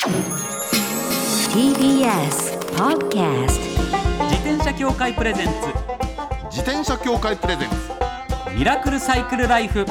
TBS Podcast 自転車協会プレゼンツ自転車協会プレゼンツミラクルサイクルライフ。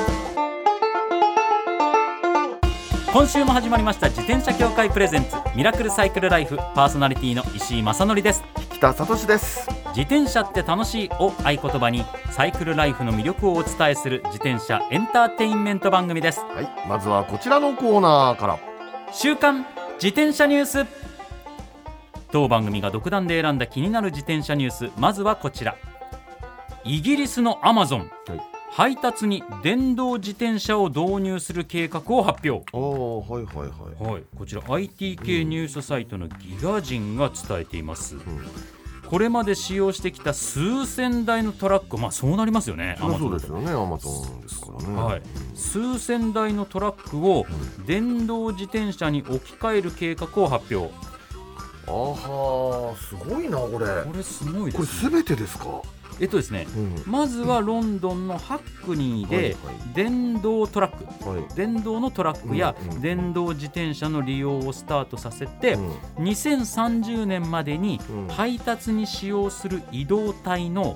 今週も始まりました自転車協会プレゼンツミラクルサイクルライフ。パーソナリティの石井正則です。 北里です。 自転車って楽しいを合言葉にサイクルライフの魅力をお伝えする自転車エンターテインメント番組です。 はい、まずはこちらのコーナーから。 週刊自転車ニュース。当番組が独断で選んだ気になる自転車ニュース、まずはこちら。イギリスのアマゾン、配達に電動自転車を導入する計画を発表。 はいはいはい、 はい、こちら IT 系ニュースサイトのギガ人が伝えています、これまで使用してきた数千台のトラック、そうなりますよね。 そうですよね、アマゾンですからね、 はい、数千台のトラックを電動自転車に置き換える計画を発表。 あはー、すごいなこれ。 これすごいですね。 これすべてですか？ ですね、まずはロンドンのハックニーで電動トラック、電動のトラックや電動自転車の利用をスタートさせて、2030年までに配達に使用する移動体の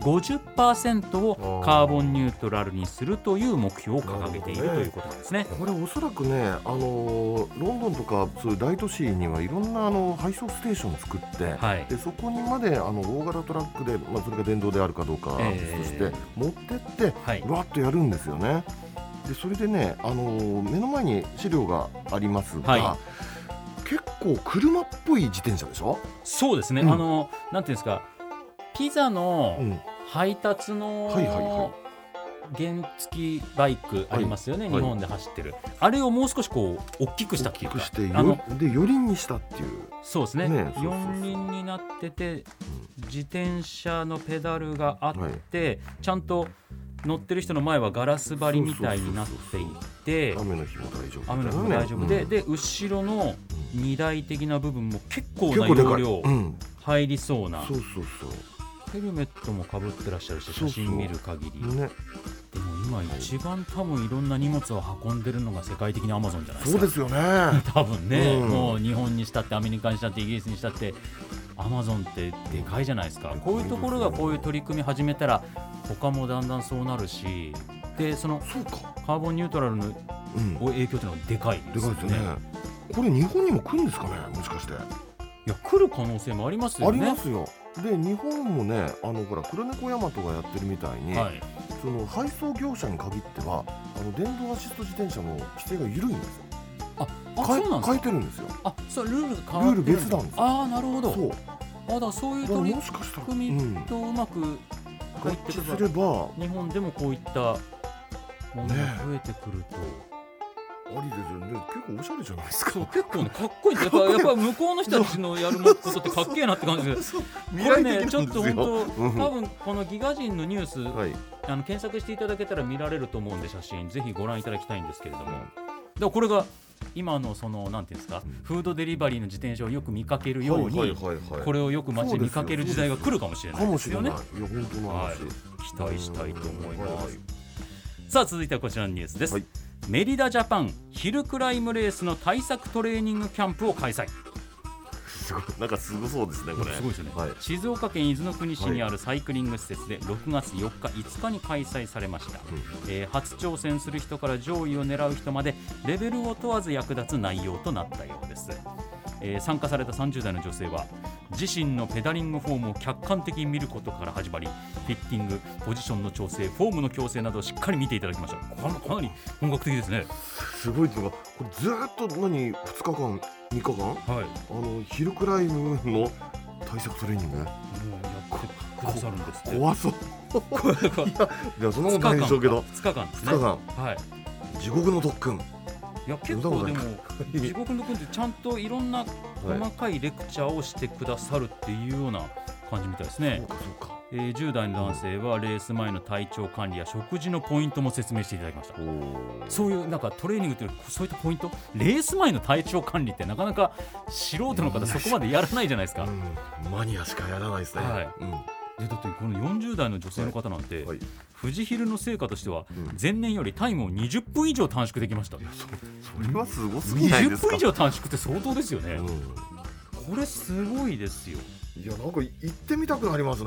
50% をカーボンニュートラルにするという目標を掲げているということなんですね。 これおそらくね、ロンドンとかそういう大都市にはいろんな配送ステーションを作って、でそこにまで大型トラックで、それが電動であるかどうかとして持ってって、わっとやるんですよね。でそれでね、目の前に資料がありますが、結構車っぽい自転車でしょ？ そうですね、なんていうんですか、ピザの配達の原付バイクありますよね、日本で走ってる、あれをもう少しこう大きくしたっていうか、 で4輪にしたっていう。 そうですね、4輪になってて、自転車のペダルがあって、ちゃんと乗ってる人の前はガラス張りみたいになっていて、 雨の日も大丈夫、 雨の日も大丈夫で、後ろの荷台的な部分も結構な容量入りそうな。ヘルメットもかぶってらっしゃるし、写真見る限り、でも今一番多分いろんな荷物を運んでるのが世界的にアマゾンじゃないですか。 そうですよね多分ね、もう日本にしたってアメリカにしたってイギリスにしたってアマゾンってでかいじゃないですか。こういうところがこういう取り組み始めたら他もだんだんそうなるし、でそのカーボンニュートラルの影響というのはでかいですよね。 これ日本にも来るんですかね、もしかして。 いや、来る可能性もありますよね。 ありますよ。で日本もね、ほら黒猫ヤマトがやってるみたいに、その配送業者に限っては電動アシスト自転車の規制が緩いんですよ。 そうなんですか。 変えてるんですよ。 そうルール変わってる。 ルール別なんですよ。 なるほど。 そうだからそういう取り組みとうまく入ってくれば、日本でもこういったものが増えてくると、 ありですよね。結構おしゃれじゃないですか。 結構ね、かっこいいです。やっぱ向こうの人たちのやることってかっけえなって感じですこれね、ちょっと本当、多分このギガ人のニュース、検索していただけたら見られると思うんで、写真ぜひご覧いただきたいんですけれども、でこれが今のそのなんていうんですか、フードデリバリーの自転車をよく見かけるように、これをよく街で見かける時代が来るかもしれないですよね。期待したいと思います。さあ続いてはこちらのニュースです。メリダジャパンヒルクライムレースの対策トレーニングキャンプを開催。 なんかすごそうですね、これ。 すごいですね。静岡県伊豆の国市にあるサイクリング施設で6月4日5日に開催されました。初挑戦する人から上位を狙う人までレベルを問わず役立つ内容となったようです。参加された30代の女性は、自身のペダリングフォームを客観的に見ることから始まり、フィッティング、ポジションの調整、フォームの矯正などをしっかり見ていただきました。かなり本格的ですね。 すごいのが、これずっと2日間3日間、ヒルクライムの対策トレーニングやってくださるんですって。怖そういや、そんなことないでしょうけど、 2日間ですね。 地獄の特訓。 いや、結構でも地獄の特訓ってちゃんといろんな細かいレクチャーをしてくださるっていうような感じみたいですね。10代の男性はレース前の体調管理や食事のポイントも説明していただきました。そういうなんかトレーニングというそういったポイント、レース前の体調管理ってなかなか素人の方そこまでやらないじゃないですか。 マニアしかやらないですね。 だってこの40代の女性の方なんて、富士ヒルの成果としては前年よりタイムを20分以上短縮できました。 それはすごすぎないですか。 20分以上短縮って相当ですよね。これすごいですよ。 いやなんか行ってみたくなりますね。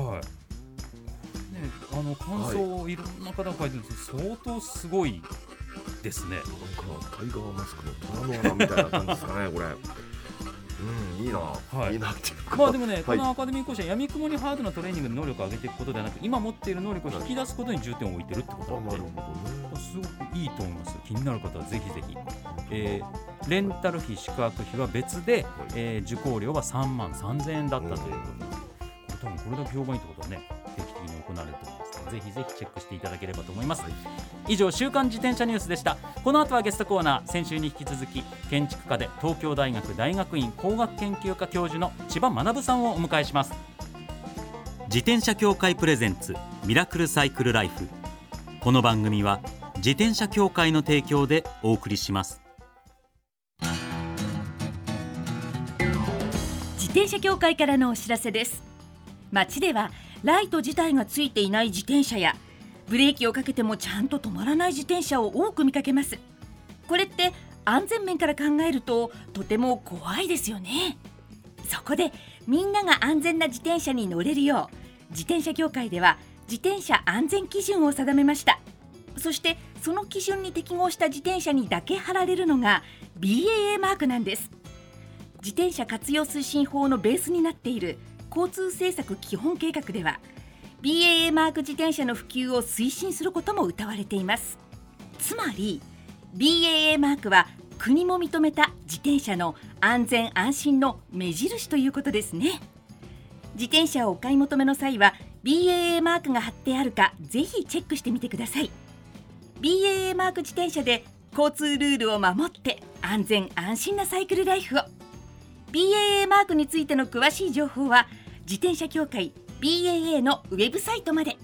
感想をいろんな方が書いてるんですけど、相当すごいですね。 なんかタイガーマスクの虎の穴みたいな感じですかねこれ。いいな、いいなっていうか。 でもね、このアカデミー講師は闇雲にハードなトレーニングで能力を上げていくことではなく、今持っている能力を引き出すことに重点を置いてるってことなので、すごくいいと思います。気になる方はぜひぜひ、レンタル費宿泊費は別で、受講料は33,000円だったということで、多分これだけ評判いいってことはね、定期的に行われると思いますので、ぜひぜひチェックしていただければと思います。以上、週刊自転車ニュースでした。この後はゲストコーナー、先週に引き続き建築家で東京大学大学院工学研究科教授の千葉学さんをお迎えします。自転車協会プレゼンツミラクルサイクルライフ。この番組は自転車協会の提供でお送りします。 自転車協会からのお知らせです。街ではライト自体がついていない自転車や、ブレーキをかけてもちゃんと止まらない自転車を多く見かけます。これって安全面から考えるととても怖いですよね。そこでみんなが安全な自転車に乗れるよう、自転車協会では自転車安全基準を定めました。そしてその基準に適合した自転車にだけ貼られるのが BAA マークなんです。自転車活用推進法のベースになっている交通政策基本計画では BAA マーク自転車の普及を推進することも謳われています。つまり BAA マークは国も認めた自転車の安全安心の目印ということですね。自転車をお買い求めの際は BAA マークが貼ってあるかぜひチェックしてみてください。 BAA マーク自転車で交通ルールを守って安全安心なサイクルライフを。 BAA マークについての詳しい情報は自転車協会 BAA のウェブサイトまで。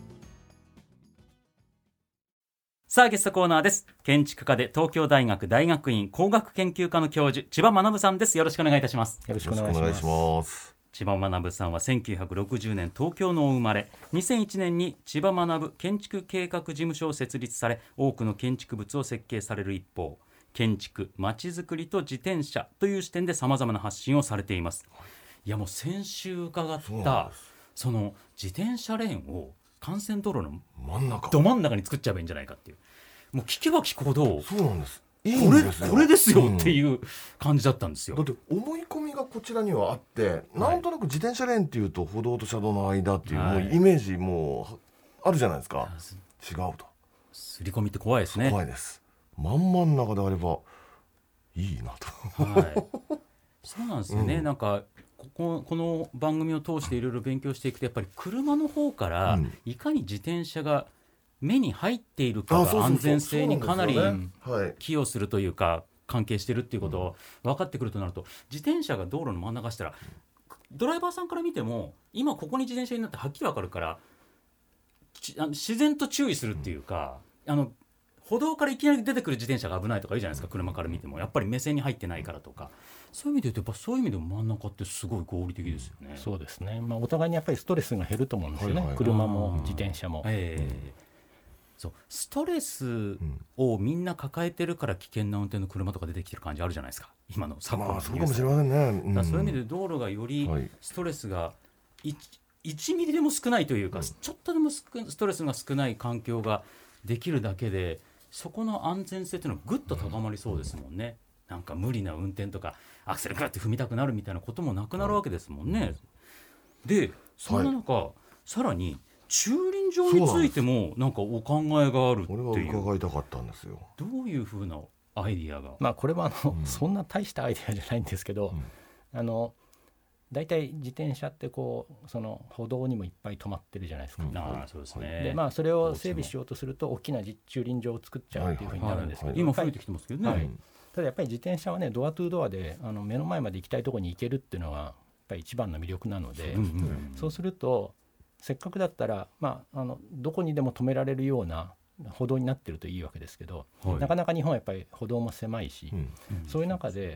さあ、ゲストコーナーです。建築家で東京大学大学院工学研究科の教授、千葉学さんです。よろしくお願いいたします。 よろしくお願いします。 千葉学さんは1960年東京のお生まれ、2001年に千葉学建築計画事務所を設立され、多くの建築物を設計される一方、建築、まちづくりと自転車という視点でさまざまな発信をされています。いや、もう先週伺ったその自転車レーンを幹線道路のど真ん中に作っちゃえばいいんじゃないかっていう、もう聞けば聞くほど、 そうなんです、 これですよっていう感じだったんですよ。 だって思い込みがこちらにはあって、なんとなく自転車レーンっていうと歩道と車道の間っていう、もうイメージもうあるじゃないですか。違うと、 刷り込みって怖いですね。 怖いです。真ん中であればいいなと、 そうなんですよね。なんかこの番組を通していろいろ勉強していくと、やっぱり車の方からいかに自転車が目に入っているかが安全性にかなり寄与するというか関係しているっていうことを分かってくるとなると、自転車が道路の真ん中したらドライバーさんから見ても今ここに自転車になってはっきり分かるから、自然と注意するっていうか、歩道からいきなり出てくる自転車が危ないとかいいじゃないですか。車から見てもやっぱり目線に入ってないからとか、そういう意味で言うとやっぱそういう意味でも真ん中ってすごい合理的ですよね。 そうですね、お互いにやっぱりストレスが減ると思うんですよね、車も自転車も。そう、ストレスをみんな抱えてるから危険な運転の車とか出てきてる感じあるじゃないですか、今の昨今のニュース。 そうかもしれませんね。 そういう意味で道路がよりストレスが1ミリでも少ないというか、ちょっとでもストレスが少ない環境ができるだけで、そこの安全性というのはぐっと高まりそうですもんね。なんか無理な運転とかアクセルグッて踏みたくなるみたいなこともなくなるわけですもんね。で、そんな中、さらに駐輪場についてもなんかお考えがあるっていう。 これは伺いたかったんですよ。 どういうふうなアイディアが。 これはそんな大したアイディアじゃないんですけど、だいたい自転車ってその歩道にもいっぱい止まってるじゃないですか。 そうですね。 でそれを整備しようとすると大きな駐輪場を作っちゃうっていうふうになるんですけど、 今増えてきてますけどね。 ただやっぱり自転車はね、ドアトゥードアで目の前まで行きたいところに行けるっていうのがやっぱり一番の魅力なので、そうするとせっかくだったら、どこにでも止められるような歩道になってるといいわけですけど、なかなか日本はやっぱり歩道も狭いし、そういう中で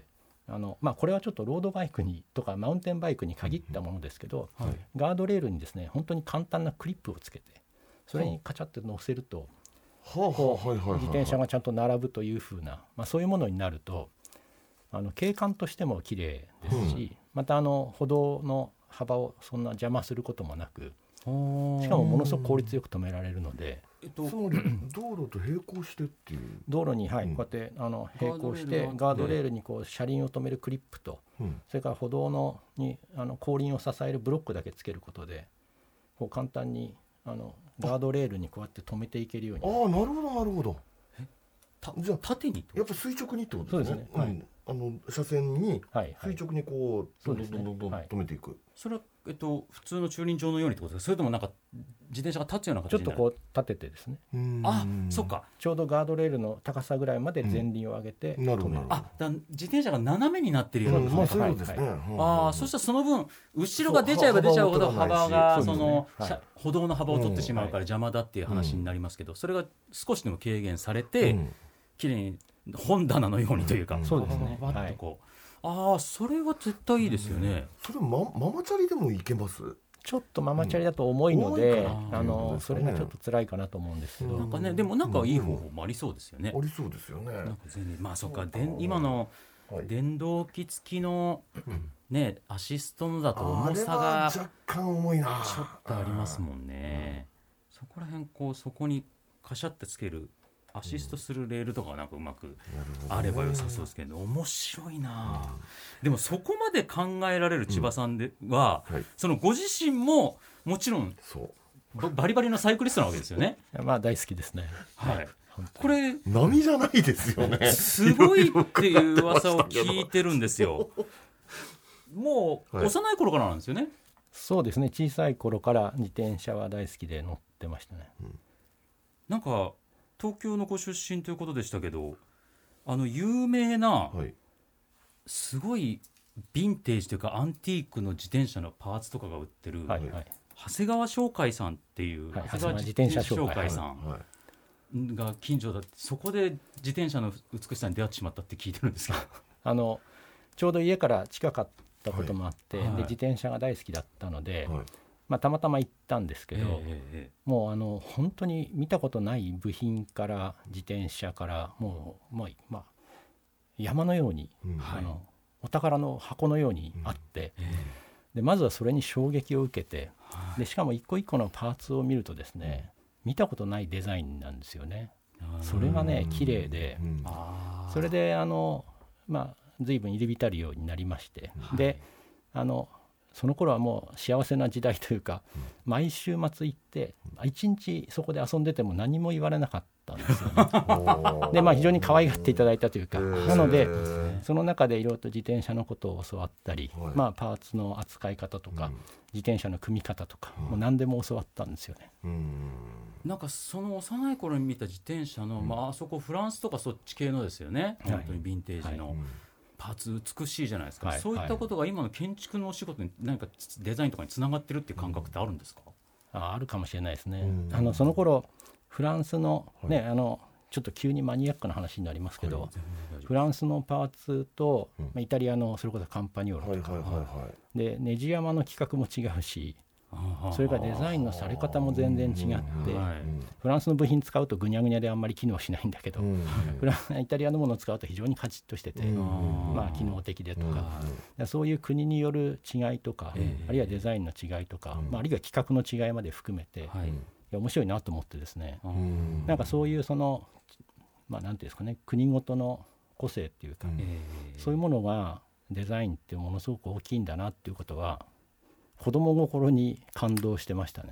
これはちょっとロードバイクにとかマウンテンバイクに限ったものですけど、ガードレールにですね本当に簡単なクリップをつけてそれにカチャって乗せると自転車がちゃんと並ぶというふうな、そういうものになると景観としても綺麗ですし、また歩道の幅をそんな邪魔することもなく、しかもものすごく効率よく止められるので、 つまり道路と並行してっていう道路に、こうやって並行してガードレールにこう車輪を止めるクリップと、それから歩道に後輪を支えるブロックだけつけることでこう簡単にガードレールにこうやって止めていけるように。 なるほどなるほど。 じゃあ縦にやっぱ垂直にってことですね。 そうですね、 車線に垂直にこうどんどん止めていく。 それは普通の駐輪場のようにってことですか、それともなんか自転車が立つような形になる？ ちょっとこう立ててですね、 そっか、 ちょうどガードレールの高さぐらいまで前輪を上げて止める。 自転車が斜めになってるような感じですね。 そしたらその分後ろが出ちゃえば出ちゃうほど幅が歩道の幅を取ってしまうから邪魔だっていう話になりますけど、それが少しでも軽減されてきれいに本棚のようにというか、 そうですね、 バッとこう、それは絶対いいですよね。 それママチャリでもいけます？ ちょっとママチャリだと重いので、それがちょっと辛いかなと思うんですけど、 なんかね、でもなんかいい方法もありそうですよね。 ありそうですよね。 なんか全然そうか、今の電動機付きのねアシストのだと重さが若干重いな、 ちょっとありますもんね。そこら辺そこにカシャってつけるアシストするレールとかなんかうまくあれば良さそうですけど、面白いな。でもそこまで考えられる千葉さんでは、そのご自身ももちろんバリバリのサイクリストなわけですよね。 大好きですね。 これ波じゃないですよね。 すごいっていう噂を聞いてるんですよ。もう幼い頃からなんですよね。 そうですね、小さい頃から自転車は大好きで乗ってましたね。 なんか東京のご出身ということでしたけど、有名な、すごいヴィンテージというかアンティークの自転車のパーツとかが売ってる、長谷川商会さんっていう、長谷川自転車商会さんが近所だって、そこで自転車の美しさに出会ってしまったって聞いてるんですけどちょうど家から近かったこともあって、で自転車が大好きだったので、たまたま行ったんですけど、もう本当に見たことない部品から自転車からもう、山のように、お宝の箱のようにあって、でまずはそれに衝撃を受けて、でしかも一個一個のパーツを見るとですね、見たことないデザインなんですよね。それがね綺麗で、それで随分入り浸るようになりまして、でその頃はもう幸せな時代というか、毎週末行って一日そこで遊んでても何も言われなかったんですよね。で非常に可愛がっていただいたというか、なのでその中でいろいろと自転車のことを教わったり、パーツの扱い方とか、自転車の組み方とか、もう何でも教わったんですよね。 なんかその幼い頃に見た自転車の、あそこフランスとかそっち系のですよね、本当にヴィンテージの、パーツ美しいじゃないですか、そういったことが今の建築のお仕事に何かデザインとかにつながってるっていう感覚ってあるんですか？ あるかもしれないですね。その頃フランスの、ちょっと急にマニアックな話になりますけど、フランスのパーツと、イタリアのそれこそカンパニオーロとか、でネジ山の規格も違うし、それからデザインのされ方も全然違って、フランスの部品使うとぐにゃぐにゃであんまり機能しないんだけど、イタリアのものを使うと非常にカチッとしてて、機能的でとか、そういう国による違いとか、あるいはデザインの違いとか、あるいは規格の違いまで含めて、面白いなと思ってですね、なんかそういうなんていうんですかね、国ごとの個性っていうか、そういうものがデザインってものすごく大きいんだなっていうことは子供心に感動してましたね。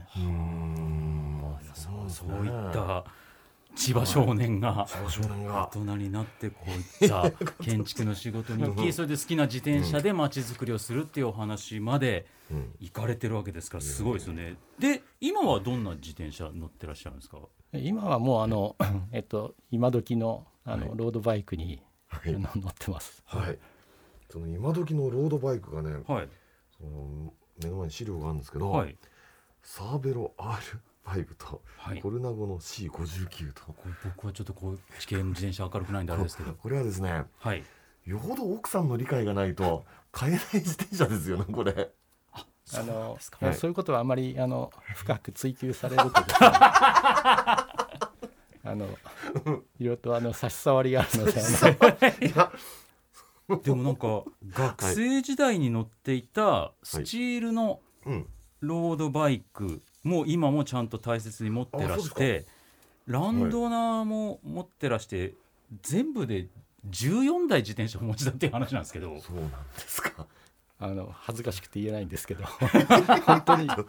そういった千葉少年が大人になってこういった建築の仕事に行き、それで好きな自転車で街づくりをするっていうお話まで行かれてるわけですから、すごいですよね。で今はどんな自転車乗ってらっしゃるんですか？ 今はもう今時のロードバイクに乗ってます。 その今時のロードバイクがね、その目の前に資料があるんですけど、サーベロ R5 とコルナゴの C59 と、 僕はちょっとこう地形の自転車明るくないんであれですけど、 これはですね、 よほど奥さんの理解がないと買えない自転車ですよねこれ。 そういうことはあまり深く追求されるとですねいろいろと差し障りがあるのででもなんか学生時代に乗っていたスチールのロードバイクも今もちゃんと大切に持ってらして、ランドナーも持ってらして、全部で14台自転車をお持ちだっていう話なんですけど。 そうなんですか。 恥ずかしくて言えないんですけど本当に、はい、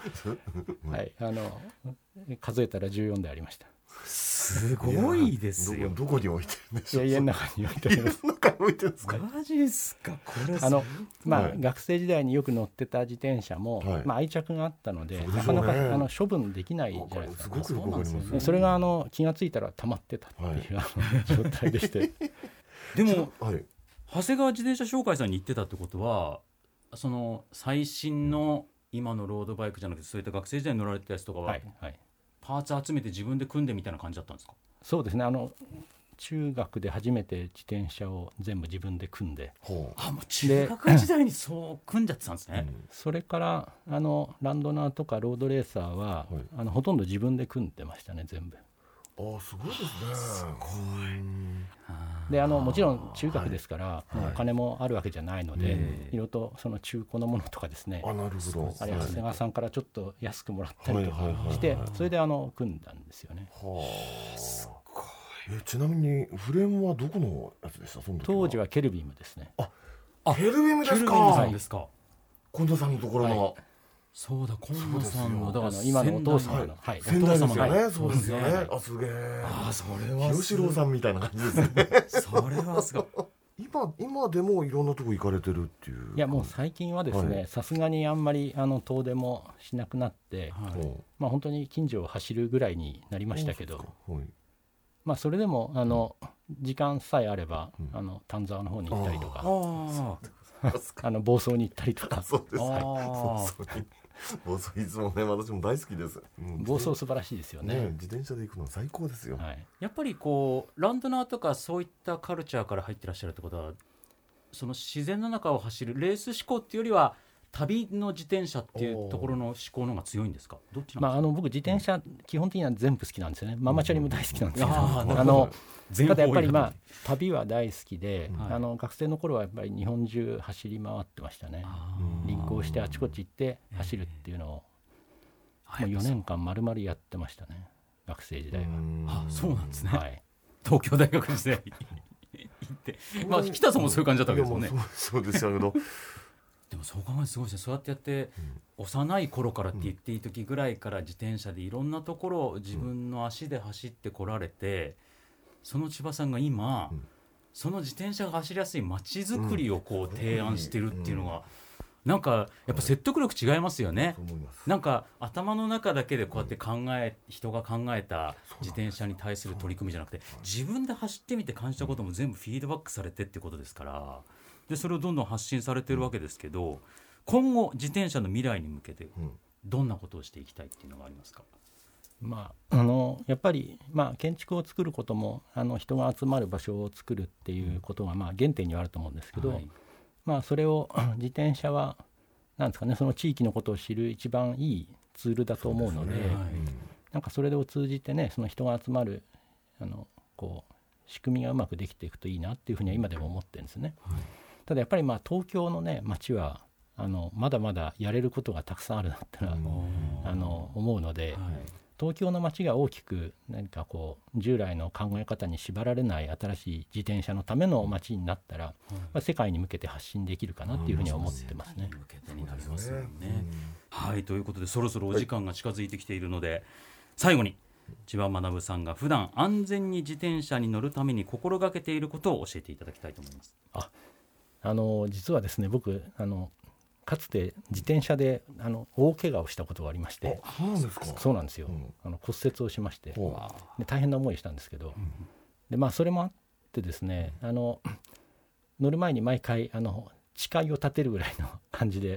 数えたら14台ありました。 すごいですよ。 どこに置いてるんでしょう。 家の中に置いてるんです。 家の中に置いてるんですか。 マジですか。これ学生時代によく乗ってた自転車も、愛着があったので、なかなか処分できないじゃないですか。 すごくわかります。 それが気がついたら溜まってたっていう状態でしてでも、長谷川自転車紹介さんに言ってたってことは、その最新の今のロードバイクじゃなくて、そういった学生時代に乗られてたやつとかは、パーツ集めて自分で組んでみたいな感じだったんですか。 そうですね。中学で初めて自転車を全部自分で組んで、 もう中学時代にそう組んじゃってたんですね。 それからランドナーとかロードレーサーは、ほとんど自分で組んでましたね、全部。 すごいですね。すごい。でもちろん中学ですから、お金もあるわけじゃないので、いろいろとその中古のものとかですね、 なるほど。 あれ長谷川さんからちょっと安くもらったりとかして、それで組んだんですよね。 すごい。ちなみにフレームはどこのやつでした？ 当時はケルビームですね。 ケルビームですか。 ケルビームさんですか。 近藤さんのところの。 そうだ、近藤さんのだから今のお父様の先代ですよね。そうですよね。すげえ。 それは清志郎さんみたいな感じですね。 それはすごい。 今でもいろんなとこ行かれてるっていう。 いや、もう最近はですね、さすがにあんまり遠出もしなくなって、本当に近所を走るぐらいになりましたけど、それでも時間さえあれば丹沢の方に行ったりとか、房総に行ったりとか。 そうです。房総いつもね、私も大好きです。 房総素晴らしいですよね。 自転車で行くのは最高ですよ。 やっぱりランドナーとかそういったカルチャーから入ってらっしゃるってことは、その自然の中を走るレース志向っていうよりは旅の自転車っていうところの志向の方が強いんですか？どっちなんですか？ 僕自転車基本的には全部好きなんですよね。ママチャリも大好きなんですけど、ただやっぱり旅は大好きで、学生の頃はやっぱり日本中走り回ってましたね。輪行してあちこち行って走るっていうのをもう4年間丸々やってましたね、学生時代は。 そうなんですね。東京大学時代行って北さんもそういう感じだったわけですもんね。 そうですよね。 でもそう考えるとすごいですね。そうやってやって、幼い頃からって言っていい時ぐらいから自転車でいろんなところを自分の足で走ってこられて、その千葉さんが今、その自転車が走りやすい街づくりを提案してるっていうのが、なんかやっぱ説得力違いますよね。なんか頭の中だけでこうやって人が考えた自転車に対する取り組みじゃなくて、自分で走ってみて感じたことも全部フィードバックされてってことですから、でそれをどんどん発信されてるわけですけど、今後自転車の未来に向けてどんなことをしていきたいっていうのがありますか？ やっぱり、建築を作ることも人が集まる場所を作るっていうことが原点にはあると思うんですけど、それを自転車はなんですかね、その地域のことを知る一番いいツールだと思うので、なんかそれを通じてね、その人が集まる仕組みがうまくできていくといいなっていうふうには今でも思ってるんですね。ただやっぱり東京のね街はまだまだやれることがたくさんあるなってのは思うので、東京の街が大きく何か従来の考え方に縛られない新しい自転車のための街になったら、世界に向けて発信できるかなっていうふうには思ってますね。 向けてになりますよね。はい、ということでそろそろお時間が近づいてきているので、最後に千葉学さんが普段安全に自転車に乗るために心がけていることを教えていただきたいと思います。 実はですね、僕かつて自転車で大怪我をしたことがありまして。 そうなんですか？ そうなんですよ。骨折をしまして、で大変な思いしたんですけど、でそれもあってですね、乗る前に毎回誓いを立てるぐらいの感じで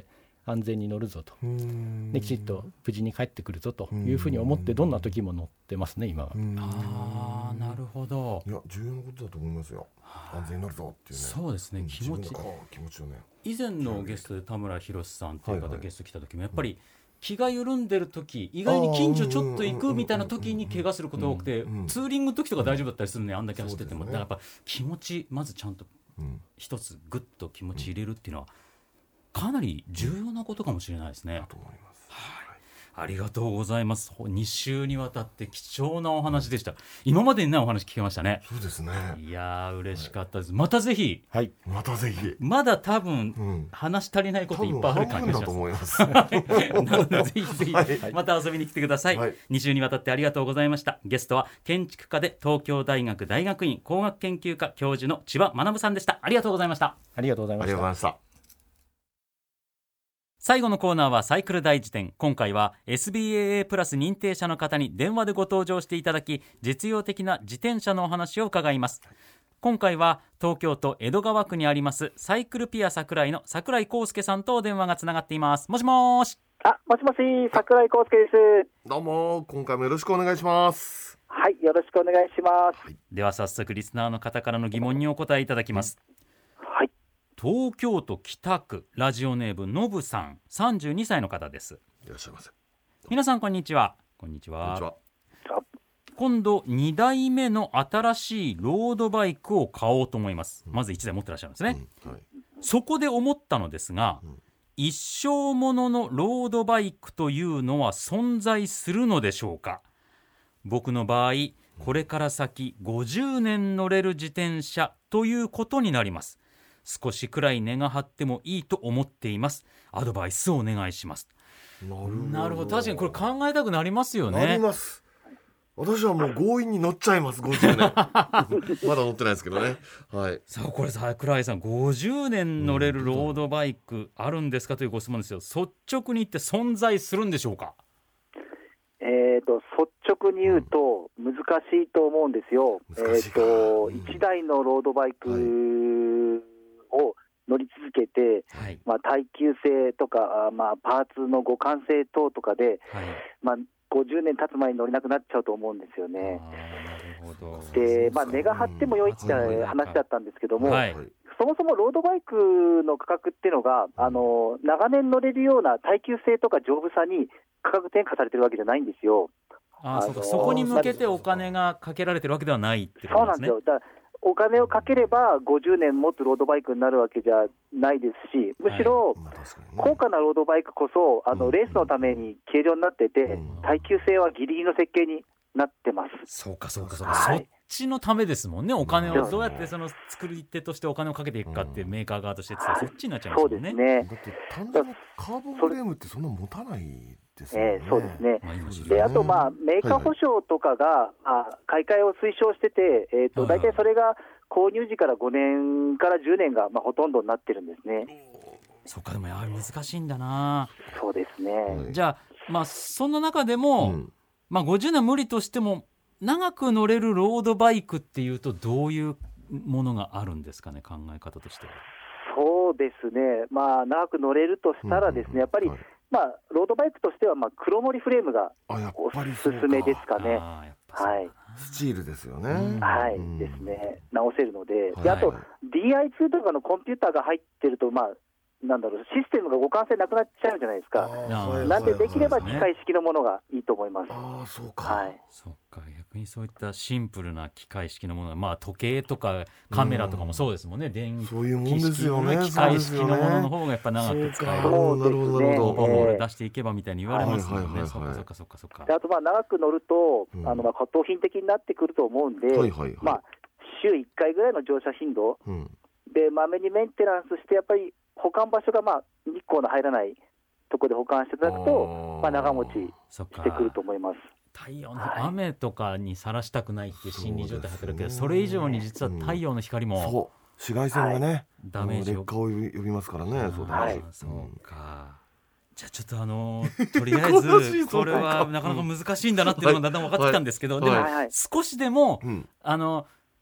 安全に乗るぞと、できちっと無事に帰ってくるぞというふうに思ってどんな時も乗ってますね今は。 ああ、なるほど。 いや重要なことだと思いますよ。安全になるぞっていうね。 そうですね、気持ちよね。 以前のゲストで田村博さんという方ゲスト来た時もやっぱり気が緩んでる時、意外に近所ちょっと行くみたいな時に怪我することが多くて、ツーリングの時とか大丈夫だったりするね、あんだけ走ってても。だからやっぱ気持ちまずちゃんと一つグッと気持ち入れるっていうのはかなり重要なことかもしれないですね。 だと思います。 ありがとうございます。2週にわたって貴重なお話でした。今までにないお話聞けましたね。 そうですね。 いや嬉しかったです。またぜひ、 はい、 またぜひ。 まだ多分、話し足りないこといっぱいある感じがします。なのでぜひぜひ、また遊びに来てください。2週にわたってありがとうございました。ゲストは建築家で東京大学大学院工学研究科教授の千葉学さんでした。ありがとうございました。 ありがとうございました。 最後のコーナーはサイクル大辞典。今回は SBAA プラス認定者の方に電話でご登場していただき、実用的な自転車のお話を伺います。今回は東京都江戸川区にありますサイクルピア桜井の桜井康介さんと電話がつながっています。もしもし。 もしもし、桜井康介です。 どうも、今回もよろしくお願いします。 はい、よろしくお願いします。 では早速リスナーの方からの疑問にお答えいただきます。 はい。 東京都北区ラジオネームのぶさん、32歳の方です。 いらっしゃいませ。 皆さんこんにちは。こんにちは。今度2台目の新しいロードバイクを買おうと思います。まず1台持ってらっしゃるんですね。そこで思ったのですが、一生もののロードバイクというのは存在するのでしょうか。僕の場合これから先50年乗れる自転車ということになります。少しくらい値が張ってもいいと思っています。アドバイスをお願いします。なるほど。確かにこれ考えたくなりますよね。 なります。私はもう強引に乗っちゃいます。50年まだ乗ってないですけどね。はい。 さあこれ桜井さん、50年乗れるロードバイクあるんですかというご質問ですよ。率直に言って存在するんでしょうか。 率直に言うと難しいと思うんですよ。1台のロードバイクを乗り続けて、耐久性とか、パーツの互換性等とかで、50年経つ前に乗れなくなっちゃうと思うんですよね。で、値が張っても良いって話だったんですけども、そもそもロードバイクの価格っていうのが、長年乗れるような耐久性とか丈夫さに価格転嫁されてるわけじゃないんですよ。 そこに向けてお金がかけられてるわけではないってことですね。 そうなんですよ。だからお金をかければ50年持つロードバイクになるわけじゃないですし、むしろ高価なロードバイクこそレースのために軽量になってて、耐久性はギリギリの設計になってます。 そうか、そっちのためですもんね。お金をどうやってその作り手としてお金をかけていくかってメーカー側としてそっちになっちゃいますもんね。 そうですね。 だって単純にカーボンフレームってそんな持たないですよね。 そうですね。で、あとメーカー保証とかが買い替えを推奨してて、大体それが購入時から5年から10年がほとんどになってるんですね。 そうか、でもやはり難しいんだな。 そうですね。 じゃあその中でも、50年無理としても長く乗れるロードバイクっていうとどういうものがあるんですかね、考え方としては。 そうですね。長く乗れるとしたらですね、やっぱりロードバイクとしては黒森フレームがおすすめですかね。 スチールですよね。 ですね。直せるので、あと DI2 とかのコンピューターが入ってるとシステムが互換性なくなっちゃうじゃないですか。なんでできれば機械式のものがいいと思います。 そうか。 逆にそういったシンプルな機械式のものが、時計とかカメラとかもそうですもんね。電気式の機械式のものの方がやっぱ長く使える。 そうですね。 オーバーホール出していけばみたいに言われますもんね。そっか。 あと長く乗ると骨董品的になってくると思うんで、週1回ぐらいの乗車頻度でまめにメンテナンスして、やっぱり保管場所が日光の入らないところで保管していただくと長持ちしてくると思います。 太陽の雨とかにさらしたくないっていう心理状態働くけど、それ以上に実は太陽の光も紫外線がね、 ダメージを劣化を呼びますからね。 そうか。じゃあちょっととりあえずこれはなかなか難しいんだなっていうのがだんだん分かってきたんですけど、でも少しでも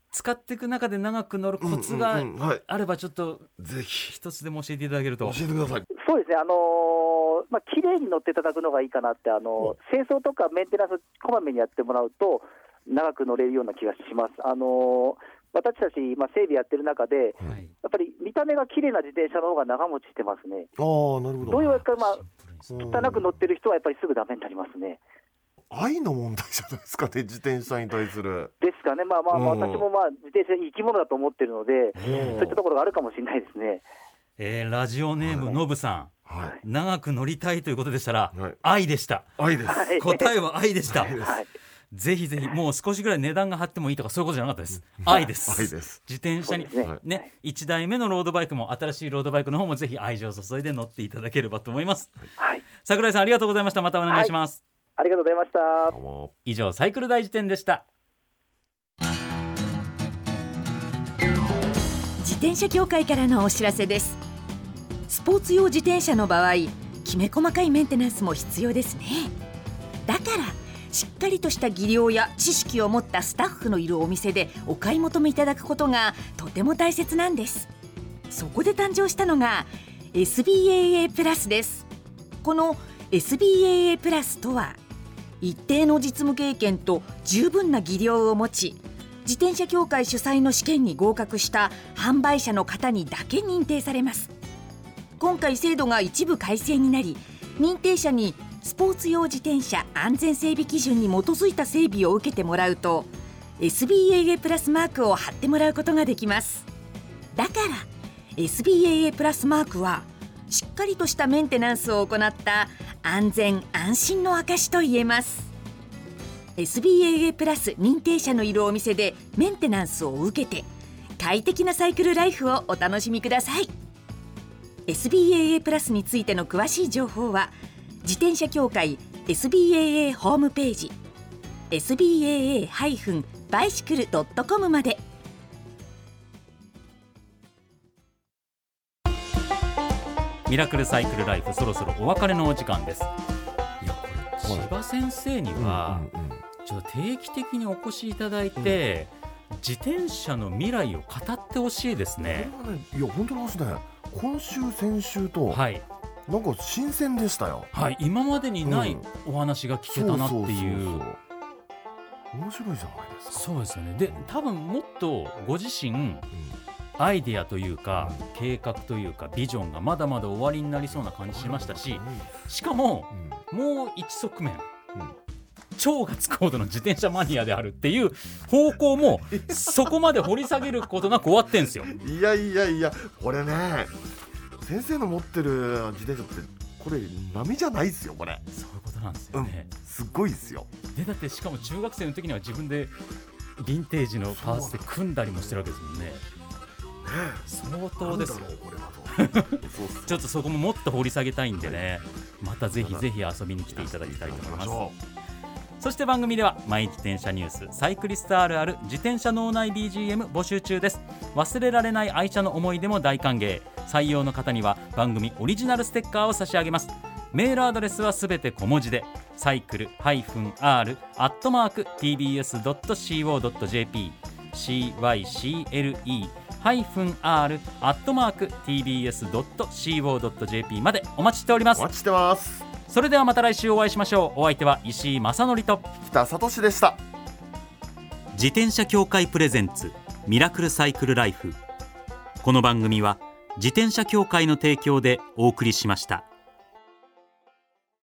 使っていく中で長く乗るコツがあればちょっとぜひ一つでも教えていただけると。 教えてください。 そうですね、綺麗に乗っていただくのがいいかなって、清掃とかメンテナンスこまめにやってもらうと長く乗れるような気がします。私たち、整備やってる中で、やっぱり見た目が綺麗な自転車の方が長持ちしてますね。 なるほど。 どういうわけか、汚く乗ってる人はやっぱりすぐダメになりますね。 愛の問題じゃないですかね、自転車に対する。 ですかね、私も自転車生き物だと思ってるので、そういったところがあるかもしれないですね。 ラジオネームのぶさん、長く乗りたいということでしたら、愛でした。 愛です。 答えは愛でした。ぜひぜひ、もう少しぐらい値段が張ってもいいとかそういうことじゃなかったです。愛です。自転車にね、1台目のロードバイクも新しいロードバイクの方もぜひ愛情を注いで乗っていただければと思います。櫻井さん、ありがとうございました。またお願いします。 ありがとうございました。 以上、サイクル大辞典でした。 自転車協会からのお知らせです。スポーツ用自転車の場合、きめ細かいメンテナンスも必要ですね。だからしっかりとした技量や知識を持ったスタッフのいるお店でお買い求めいただくことがとても大切なんです。そこで誕生したのが SBAA プラスです。この SBAA プラスとは、一定の実務経験と十分な技量を持ち、自転車協会主催の試験に合格した販売者の方にだけ認定されます。今回制度が一部改正になり、認定者にスポーツ用自転車安全整備基準に基づいた整備を受けてもらうと SBAA プラスマークを貼ってもらうことができます。だから SBAA プラスマークはしっかりとしたメンテナンスを行った安全安心の証と言えます。 SBAA プラス認定者のいるお店でメンテナンスを受けて快適なサイクルライフをお楽しみください。 SBAA プラスについての詳しい情報は自転車協会 SBAA ホームページ SBAA-bicycle.com まで。 ミラクルサイクルライフ、そろそろお別れのお時間です。いや、これ千葉先生にはちょっと定期的にお越しいただいて、自転車の未来を語ってほしいですね。 いや、本当の話で今週先週と、なんか新鮮でしたよ。 今までにないお話が聞けたなっていう。 面白いじゃないですか。 そうですよね。で、多分もっとご自身、アイデアというか、計画というかビジョンがまだまだ終わりになりそうな感じしましたし、しかも、もう一側面、超がつくほどの自転車マニアであるっていう方向もそこまで掘り下げることなく終わってんですよ。 いやこれね、先生の持ってる自転車ってこれ波じゃないですよ。これそういうことなんですよね。 すごいですよ。 で、だってしかも中学生の時には自分でヴィンテージのパーツで組んだりもしてるわけですもんね。相当ですよ。ちょっとそこももっと掘り下げたいんでね、またぜひぜひ遊びに来ていただきたいと思います。そして番組ではマイ自転車ニュース、サイクリストあるある、自転車脳内 BGM 募集中です。忘れられない愛車の思い出も大歓迎。採用の方には番組オリジナルステッカーを差し上げます。メールアドレスはすべて小文字で、サイクル-r@tbs.co.jp cycler-r@tbs.co.jp までお待ちしております。 お待ちしてます。 それではまた来週お会いしましょう。お相手は石井正則と北里でした。 自転車協会プレゼンツミラクルサイクルライフ。この番組は自転車協会の提供でお送りしました。